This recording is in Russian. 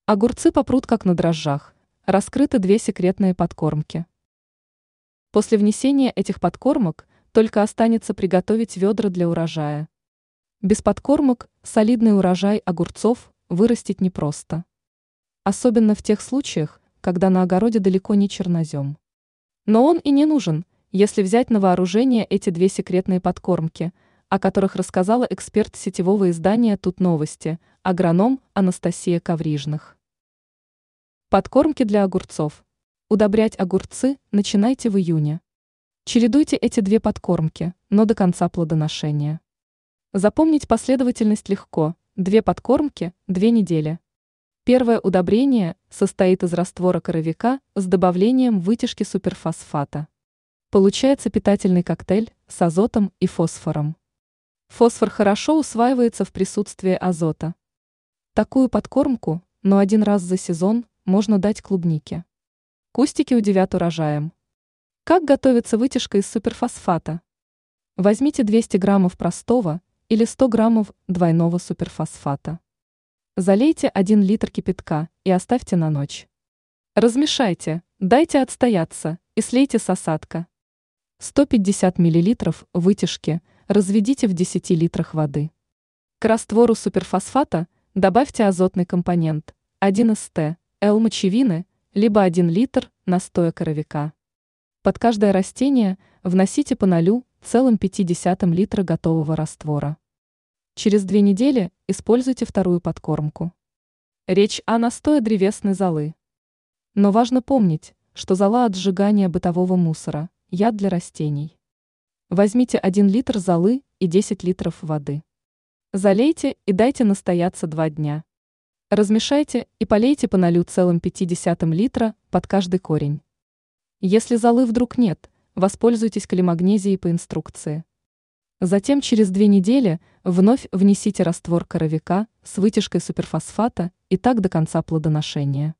Огурцы попрут как на дрожжах. Раскрыты две секретные подкормки. После внесения этих подкормок только останется приготовить ведра для урожая. Без подкормок солидный урожай огурцов вырастить непросто. Особенно в тех случаях, когда на огороде далеко не чернозем. Но он и не нужен, если взять на вооружение эти две секретные подкормки, о которых рассказала эксперт сетевого издания «Тут новости», агроном Анастасия Коврижных. Подкормки для огурцов. Удобрять огурцы начинайте в июне. Чередуйте эти две подкормки, но до конца плодоношения. Запомнить последовательность легко. 2 подкормки, 2 недели. Первое удобрение состоит из раствора коровика с добавлением вытяжки суперфосфата. Получается питательный коктейль с азотом и фосфором. Фосфор хорошо усваивается в присутствии азота. Такую подкормку, но один раз за сезон, можно дать клубнике. Кустики удивят урожаем. Как готовится вытяжка из суперфосфата? Возьмите 200 граммов простого или 100 граммов двойного суперфосфата. Залейте 1 литр кипятка и оставьте на ночь. Размешайте, дайте отстояться и слейте с осадка. 150 мл вытяжки разведите в 10 литрах воды. К раствору суперфосфата добавьте азотный компонент 1 ст, Л-мочевины, либо 1 литр настоя коровика. Под каждое растение вносите по 0,5 литра готового раствора. Через 2 недели используйте вторую подкормку. Речь о настое древесной золы. Но важно помнить, что зола от сжигания бытового мусора – яд для растений. Возьмите 1 литр золы и 10 литров воды. Залейте и дайте настояться 2 дня. Размешайте и полейте по 0,5 литра под каждый корень. Если золы вдруг нет, воспользуйтесь калимагнезией по инструкции. Затем через 2 недели вновь внесите раствор коровика с вытяжкой суперфосфата и так до конца плодоношения.